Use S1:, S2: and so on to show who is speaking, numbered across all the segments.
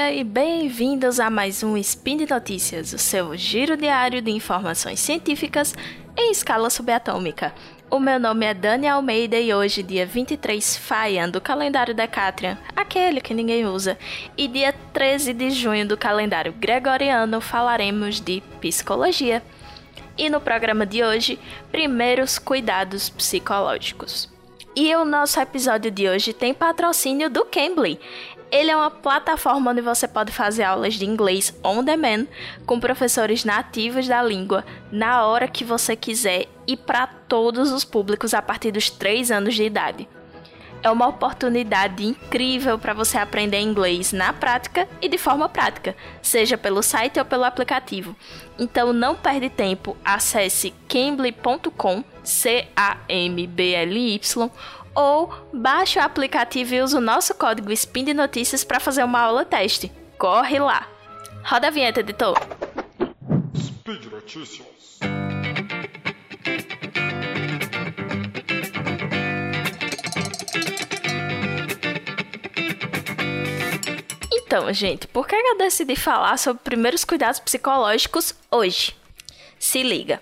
S1: dia e bem-vindos a mais um Spin de Notícias, o seu giro diário de informações científicas em escala subatômica. O meu nome é Dani Almeida e hoje, dia 23 Faian do calendário Decatrian, aquele que ninguém usa, e dia 13 de junho do calendário Gregoriano, falaremos de psicologia. E no programa de hoje, primeiros cuidados psicológicos. E o nosso episódio de hoje tem patrocínio do Cambly. Ele é uma plataforma onde você pode fazer aulas de inglês on demand com professores nativos da língua na hora que você quiser e para todos os públicos a partir dos 3 anos de idade. É uma oportunidade incrível para você aprender inglês na prática e de forma prática, seja pelo site ou pelo aplicativo. Então não perde tempo, acesse cambly.com, CAMBLY, ou baixe o aplicativo e use o nosso código SPIN de Notícias para fazer uma aula teste. Corre lá! Roda a vinheta, editor!
S2: Speed Notícias.
S1: Então, gente, por que eu decidi falar sobre primeiros cuidados psicológicos hoje? Se liga!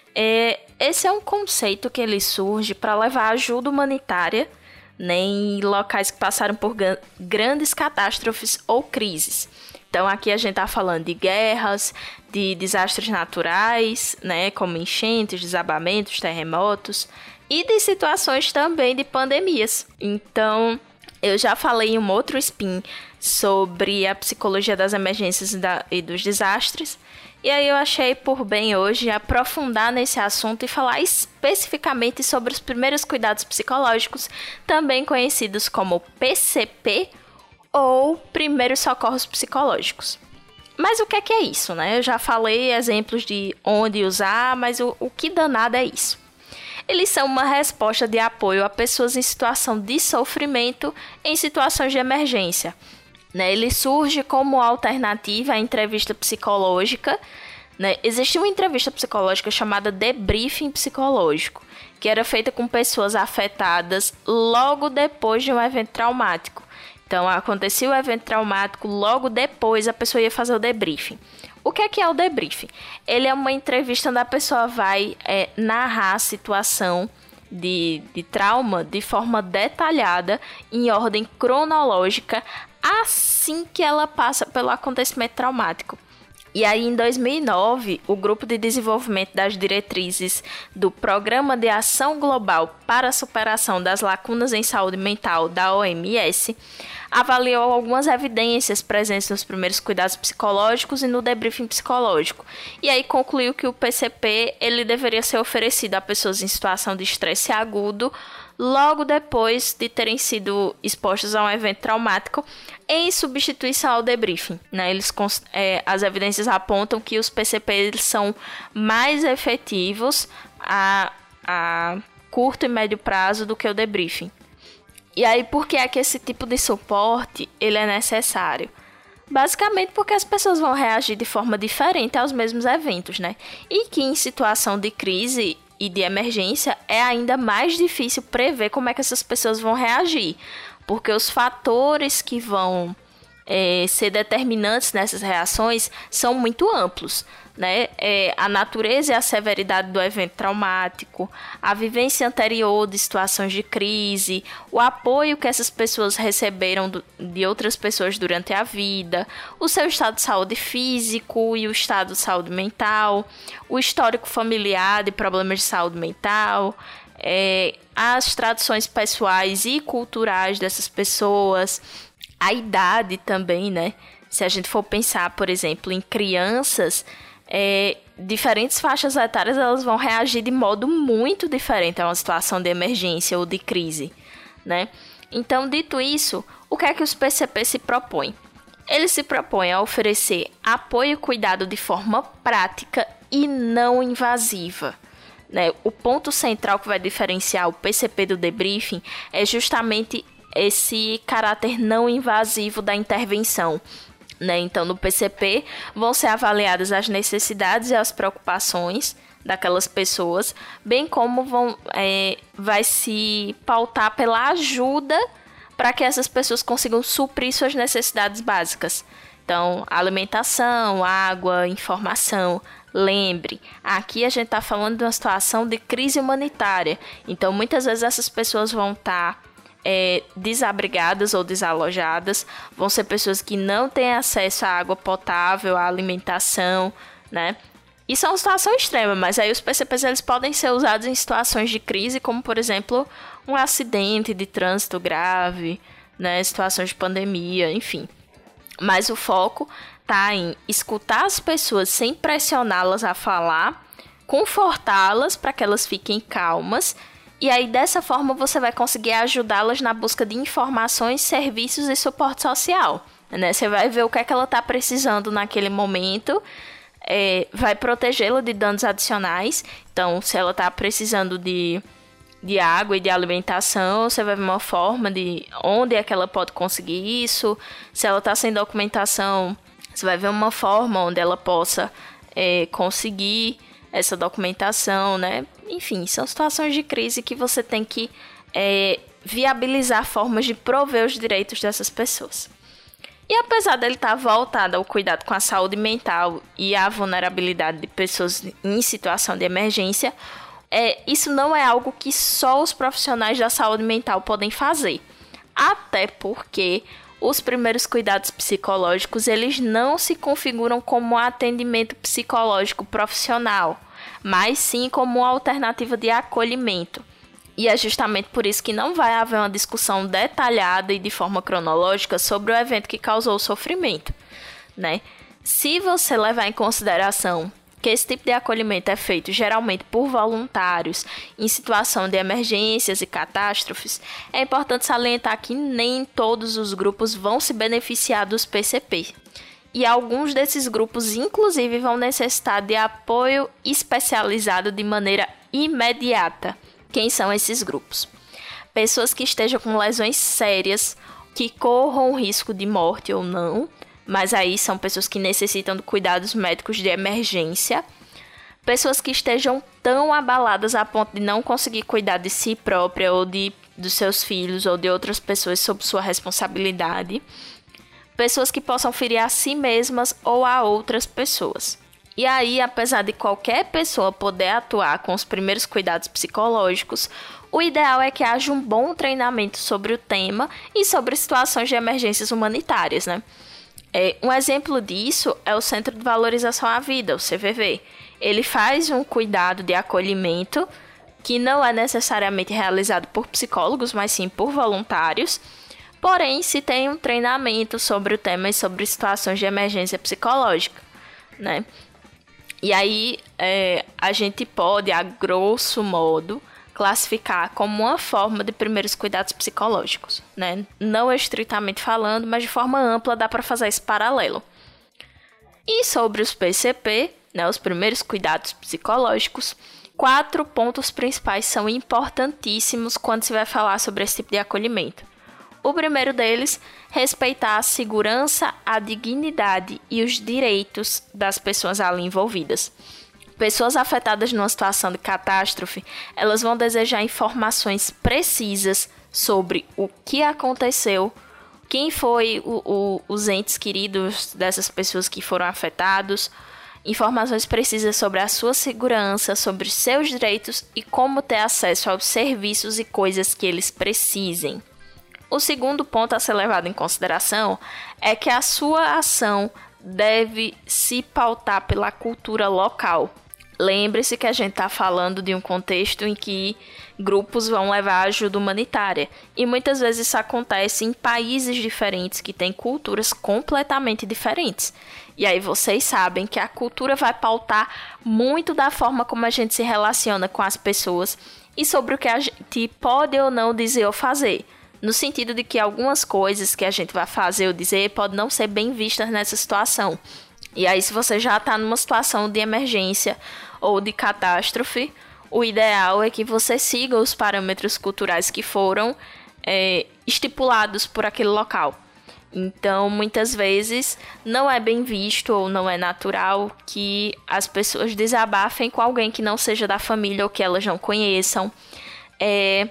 S1: Esse é um conceito que ele surge para levar ajuda humanitária, né, em locais que passaram por grandes catástrofes ou crises. Então aqui a gente está falando de guerras, de desastres naturais, né, como enchentes, desabamentos, terremotos e de situações também de pandemias. Então eu já falei em um outro spin sobre a psicologia das emergências e dos desastres. E aí eu achei por bem hoje aprofundar nesse assunto e falar especificamente sobre os primeiros cuidados psicológicos, também conhecidos como PCP ou primeiros socorros psicológicos. Mas o que é isso, né? Eu já falei exemplos de onde usar, mas o que danado é isso? Eles são uma resposta de apoio a pessoas em situação de sofrimento em situações de emergência. Ele surge como alternativa à entrevista psicológica. Existe uma entrevista psicológica chamada debriefing psicológico, que era feita com pessoas afetadas logo depois de um evento traumático. Então, acontecia o evento traumático, logo depois a pessoa ia fazer o debriefing. O que é o debriefing? Ele é uma entrevista onde a pessoa vai narrar a situação de trauma de forma detalhada, em ordem cronológica, assim que ela passa pelo acontecimento traumático. E aí, em 2009, o Grupo de Desenvolvimento das Diretrizes do Programa de Ação Global para a Superação das Lacunas em Saúde Mental, da OMS, avaliou algumas evidências presentes nos primeiros cuidados psicológicos e no debriefing psicológico. E aí concluiu que o PCP ele deveria ser oferecido a pessoas em situação de estresse agudo, logo depois de terem sido expostos a um evento traumático, em substituição ao debriefing. As evidências apontam que os PCP são mais efetivos a curto e médio prazo do que o debriefing. E aí, por que é que esse tipo de suporte ele é necessário? Basicamente porque as pessoas vão reagir de forma diferente aos mesmos eventos, né? E que em situação de crise e de emergência é ainda mais difícil prever como é que essas pessoas vão reagir, porque os fatores que vão ser determinantes nessas reações são muito amplos, né? A natureza e a severidade do evento traumático, a vivência anterior de situações de crise, o apoio que essas pessoas receberam de outras pessoas durante a vida, o seu estado de saúde físico e o estado de saúde mental, o histórico familiar de problemas de saúde mental, as tradições pessoais e culturais dessas pessoas, a idade também, né? Se a gente for pensar, por exemplo, em crianças, diferentes faixas etárias elas vão reagir de modo muito diferente a uma situação de emergência ou de crise, né? Então, dito isso, o que é que os PCP se propõem? Eles se propõem a oferecer apoio e cuidado de forma prática e não invasiva. O ponto central que vai diferenciar o PCP do debriefing é justamente esse caráter não invasivo da intervenção. Então, no PCP, vão ser avaliadas as necessidades e as preocupações daquelas pessoas, bem como vai se pautar pela ajuda para que essas pessoas consigam suprir suas necessidades básicas, Então, alimentação, água, informação. Lembre, aqui a gente está falando de uma situação de crise humanitária. Então, muitas vezes essas pessoas vão estar desabrigadas ou desalojadas, vão ser pessoas que não têm acesso à água potável, à alimentação, né? Isso é uma situação extrema, mas aí os PCPs eles podem ser usados em situações de crise, como por exemplo, um acidente de trânsito grave, né? Situações de pandemia, enfim. Mas o foco está em escutar as pessoas sem pressioná-las a falar, confortá-las para que elas fiquem calmas. E aí, dessa forma, você vai conseguir ajudá-las na busca de informações, serviços e suporte social, né? Você vai ver o que é que ela está precisando naquele momento, vai protegê-la de danos adicionais. Então, se ela está precisando de água e de alimentação, você vai ver uma forma de onde é que ela pode conseguir isso. Se ela está sem documentação, você vai ver uma forma onde ela possa conseguir essa documentação, né? Enfim, são situações de crise que você tem que viabilizar formas de prover os direitos dessas pessoas. E apesar dele estar voltado ao cuidado com a saúde mental e a vulnerabilidade de pessoas em situação de emergência, isso não é algo que só os profissionais da saúde mental podem fazer. Até porque os primeiros cuidados psicológicos, eles não se configuram como um atendimento psicológico profissional, mas sim como uma alternativa de acolhimento. E é justamente por isso que não vai haver uma discussão detalhada e de forma cronológica sobre o evento que causou o sofrimento, né? Se você levar em consideração que esse tipo de acolhimento é feito geralmente por voluntários em situação de emergências e catástrofes, é importante salientar que nem todos os grupos vão se beneficiar dos PCP. E alguns desses grupos, inclusive, vão necessitar de apoio especializado de maneira imediata. Quem são esses grupos? Pessoas que estejam com lesões sérias, que corram risco de morte ou não, mas aí são pessoas que necessitam de cuidados médicos de emergência. Pessoas que estejam tão abaladas a ponto de não conseguir cuidar de si própria ou dos seus filhos ou de outras pessoas sob sua responsabilidade. Pessoas que possam ferir a si mesmas ou a outras pessoas. E aí, apesar de qualquer pessoa poder atuar com os primeiros cuidados psicológicos, o ideal é que haja um bom treinamento sobre o tema e sobre situações de emergências humanitárias, né? Um exemplo disso é o Centro de Valorização à Vida, o CVV. Ele faz um cuidado de acolhimento que não é necessariamente realizado por psicólogos, mas sim por voluntários. Porém, se tem um treinamento sobre o tema e sobre situações de emergência psicológica, né? E aí, a gente pode, a grosso modo, classificar como uma forma de primeiros cuidados psicológicos, né? Não estritamente falando, mas de forma ampla dá para fazer esse paralelo. E sobre os PCP, né, os primeiros cuidados psicológicos, 4 pontos principais são importantíssimos quando se vai falar sobre esse tipo de acolhimento. O primeiro deles, respeitar a segurança, a dignidade e os direitos das pessoas ali envolvidas. Pessoas afetadas numa situação de catástrofe, elas vão desejar informações precisas sobre o que aconteceu, quem foi os entes queridos dessas pessoas que foram afetados, informações precisas sobre a sua segurança, sobre seus direitos e como ter acesso aos serviços e coisas que eles precisem. O segundo ponto a ser levado em consideração é que a sua ação deve se pautar pela cultura local. Lembre-se que a gente está falando de um contexto em que grupos vão levar ajuda humanitária. E muitas vezes isso acontece em países diferentes que têm culturas completamente diferentes. E aí vocês sabem que a cultura vai pautar muito da forma como a gente se relaciona com as pessoas e sobre o que a gente pode ou não dizer ou fazer. No sentido de que algumas coisas que a gente vai fazer ou dizer podem não ser bem vistas nessa situação. E aí, se você já está numa situação de emergência ou de catástrofe, o ideal é que você siga os parâmetros culturais que foram estipulados por aquele local. Então, muitas vezes, não é bem visto ou não é natural que as pessoas desabafem com alguém que não seja da família ou que elas não conheçam.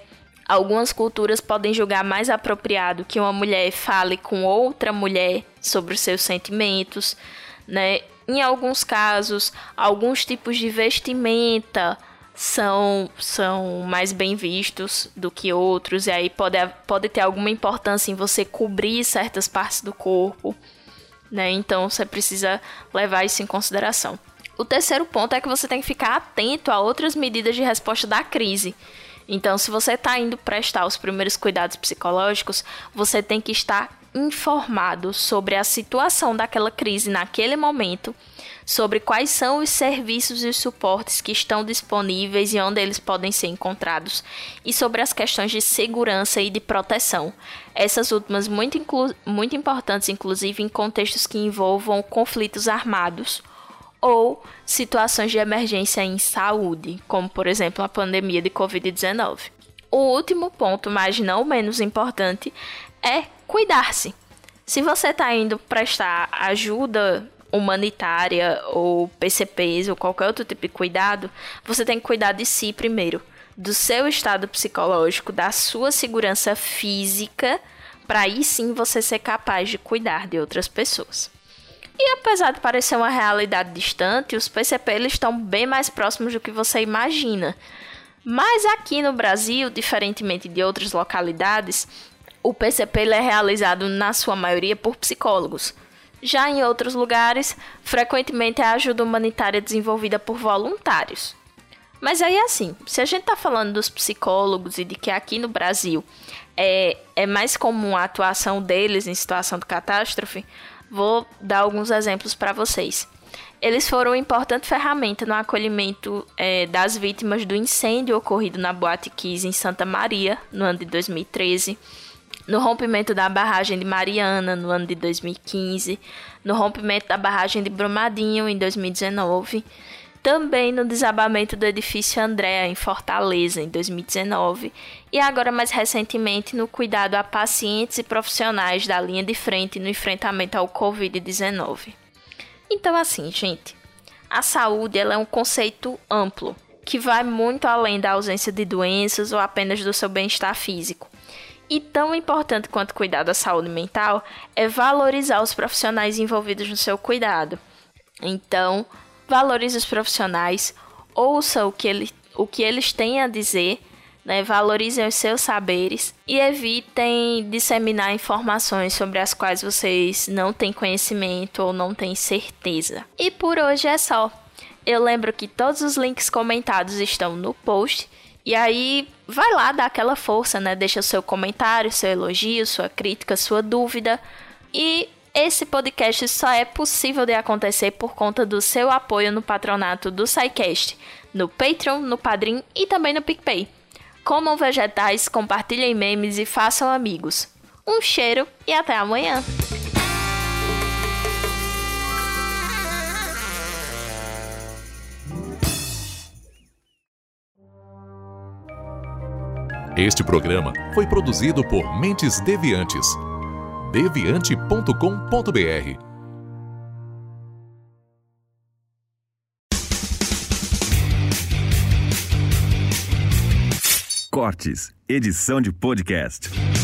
S1: Algumas culturas podem julgar mais apropriado que uma mulher fale com outra mulher sobre os seus sentimentos, né? Em alguns casos, alguns tipos de vestimenta são mais bem vistos do que outros, e aí pode ter alguma importância em você cobrir certas partes do corpo, né? Então você precisa levar isso em consideração. O terceiro ponto é que você tem que ficar atento a outras medidas de resposta da crise. Então, se você está indo prestar os primeiros cuidados psicológicos, você tem que estar informado sobre a situação daquela crise naquele momento, sobre quais são os serviços e os suportes que estão disponíveis e onde eles podem ser encontrados, e sobre as questões de segurança e de proteção. Essas últimas muito importantes, inclusive em contextos que envolvam conflitos armados ou situações de emergência em saúde, como por exemplo a pandemia de Covid-19. O último ponto, mas não menos importante, é cuidar-se. Se você está indo prestar ajuda humanitária ou PCPs ou qualquer outro tipo de cuidado, você tem que cuidar de si primeiro, do seu estado psicológico, da sua segurança física, para aí sim você ser capaz de cuidar de outras pessoas. E apesar de parecer uma realidade distante, os PCP eles estão bem mais próximos do que você imagina. Mas aqui no Brasil, diferentemente de outras localidades, o PCP ele é realizado na sua maioria por psicólogos. Já em outros lugares, frequentemente é a ajuda humanitária desenvolvida por voluntários. Mas aí assim, se a gente está falando dos psicólogos e de que aqui no Brasil é mais comum a atuação deles em situação de catástrofe, vou dar alguns exemplos para vocês. Eles foram uma importante ferramenta no acolhimento das vítimas do incêndio ocorrido na Boate Kiss em Santa Maria, no ano de 2013, no rompimento da barragem de Mariana, no ano de 2015, no rompimento da barragem de Brumadinho, em 2019, também no desabamento do edifício Andréa, em Fortaleza, em 2019, e agora mais recentemente no cuidado a pacientes e profissionais da linha de frente no enfrentamento ao Covid-19. Então assim, gente, a saúde ela é um conceito amplo, que vai muito além da ausência de doenças ou apenas do seu bem-estar físico. E tão importante quanto cuidar da saúde mental é valorizar os profissionais envolvidos no seu cuidado. Então, valorize os profissionais, ouça o que eles têm a dizer, né? Valorizem os seus saberes e evitem disseminar informações sobre as quais vocês não têm conhecimento ou não têm certeza. E por hoje é só. Eu lembro que todos os links comentados estão no post, e aí vai lá dar aquela força, né? Deixa o seu comentário, seu elogio, sua crítica, sua dúvida. E esse podcast só é possível de acontecer por conta do seu apoio no patronato do SciCast, no Patreon, no Padrim e também no PicPay. Comam vegetais, compartilhem memes e façam amigos. Um cheiro e até amanhã!
S3: Este programa foi produzido por Mentes Deviantes. deviante.com.br.
S4: Cortes, edição de podcast.